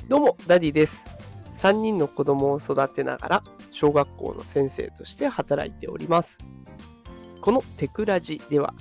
どうもダディです。3人の子供を育てながら小学校の先生として働いております。このテクラジでは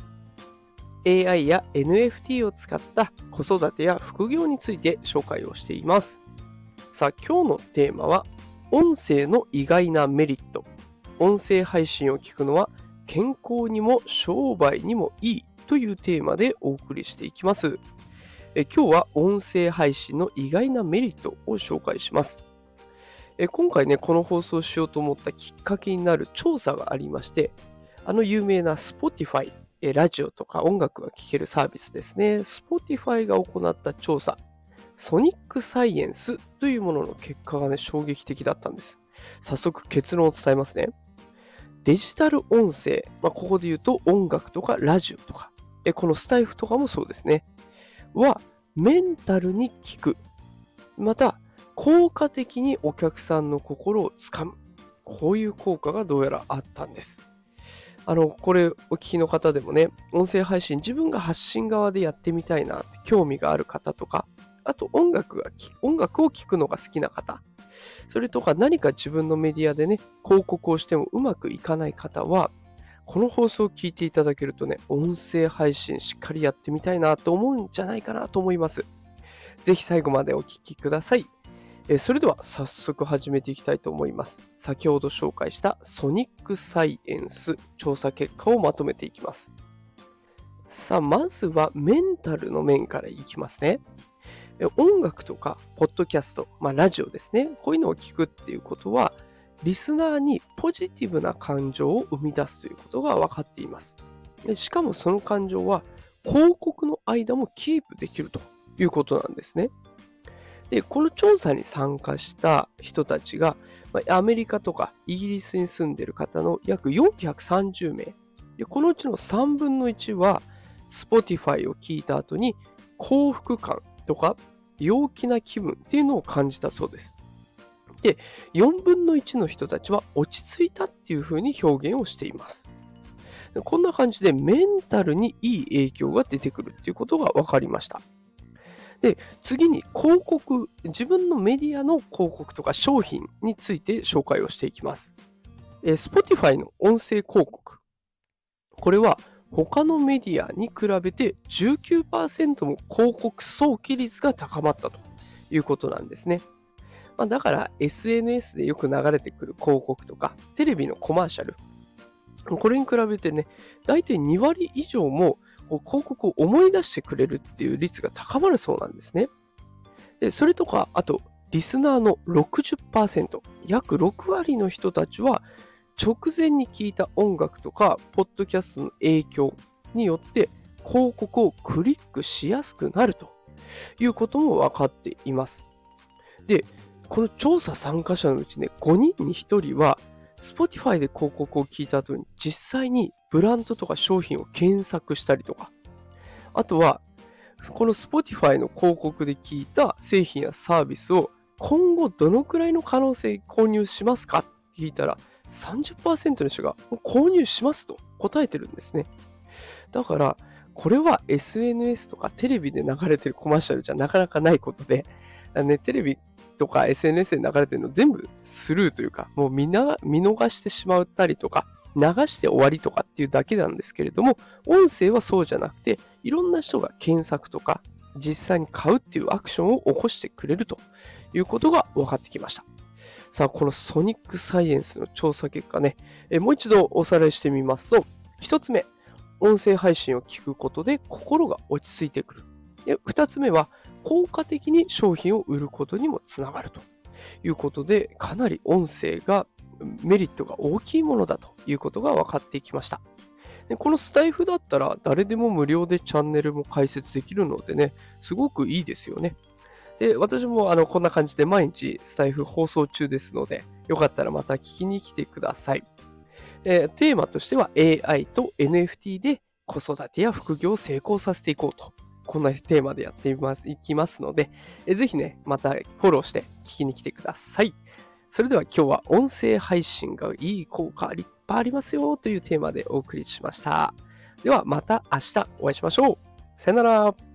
AI や NFT を使った子育てや副業について紹介をしています。さあ、今日のテーマは音声の意外なメリット。音声配信を聞くのは健康にも商売にもいいというテーマでお送りしていきます。今日は音声配信の意外なメリットを紹介します。今回ね、この放送をしようと思ったきっかけになる調査がありまして、有名な Spotify、ラジオとか音楽が聴けるサービスですね。Spotify が行った調査、ソニックサイエンスというものの結果がね、衝撃的だったんです。早速結論を伝えますね。デジタル音声、ここで言うと音楽とかラジオとか、このスタイフとかもそうですね。はメンタルに効く。また、効果的にお客さんの心をつかむ。こういう効果がどうやらあったんです。これお聞きの方でもね、音声配信自分が発信側でやってみたいなって興味がある方とか、あと音楽を聴くのが好きな方、それとか何か自分のメディアでね、広告をしてもうまくいかない方は、この放送を聞いていただけるとね、音声配信しっかりやってみたいなと思うんじゃないかなと思います。ぜひ最後までお聞きください。それでは早速始めていきたいと思います。先ほど紹介したソニックサイエンス調査結果をまとめていきます。さあ、まずはメンタルの面からいきますね。音楽とかポッドキャスト、ラジオですね。こういうのを聞くっていうことは、リスナーにポジティブな感情を生み出すということが分かっています。しかもその感情は広告の間もキープできるということなんですね。で、この調査に参加した人たちが、アメリカとかイギリスに住んでいる方の約430名。で、このうちの3分の1は Spotify を聞いた後に幸福感とか陽気な気分っていうのを感じたそうです。で、4分の1の人たちは落ち着いたっていう風に表現をしています。こんな感じでメンタルにいい影響が出てくるっていうことが分かりました。で、次に広告、自分のメディアの広告とか商品について紹介をしていきます。Spotify の音声広告。これは他のメディアに比べて 19% も広告早期率が高まったということなんですね。だから SNS でよく流れてくる広告とかテレビのコマーシャル、これに比べてね、だいたい2割以上も広告を思い出してくれるっていう率が高まるそうなんですね。で、それとか、あとリスナーの 60%、約6割の人たちは直前に聞いた音楽とかポッドキャストの影響によって広告をクリックしやすくなるということも分かっています。で、この調査参加者のうちね、5人に1人は Spotify で広告を聞いた後に実際にブランドとか商品を検索したりとか、あとはこの Spotify の広告で聞いた製品やサービスを今後どのくらいの可能性購入しますかって聞いたら 30% の人が購入しますと答えてるんですね。だからこれは SNS とかテレビで流れてるコマーシャルじゃなかなかないことで、テレビとか SNS で流れてるの全部スルーというか、もう見逃してしまったりとか、流して終わりとかっていうだけなんですけれども、音声はそうじゃなくて、いろんな人が検索とか、実際に買うっていうアクションを起こしてくれるということが分かってきました。さあ、このソニックサイエンスの調査結果ね、もう一度おさらいしてみますと、一つ目、音声配信を聞くことで心が落ち着いてくる。二つ目は、効果的に商品を売ることにもつながるということで、かなり音声がメリットが大きいものだということが分かってきました。で、このスタイフだったら誰でも無料でチャンネルも開設できるのでね、すごくいいですよね。で、私もこんな感じで毎日スタイフ放送中ですので、よかったらまた聞きに来てください。テーマとしては AI と NFT で子育てや副業を成功させていこうと。こんなテーマでやっていきますので、ぜひね、またフォローして聞きに来てください。それでは今日は音声配信がいい効果いっぱいありますよというテーマでお送りしました。ではまた明日お会いしましょう。さよなら。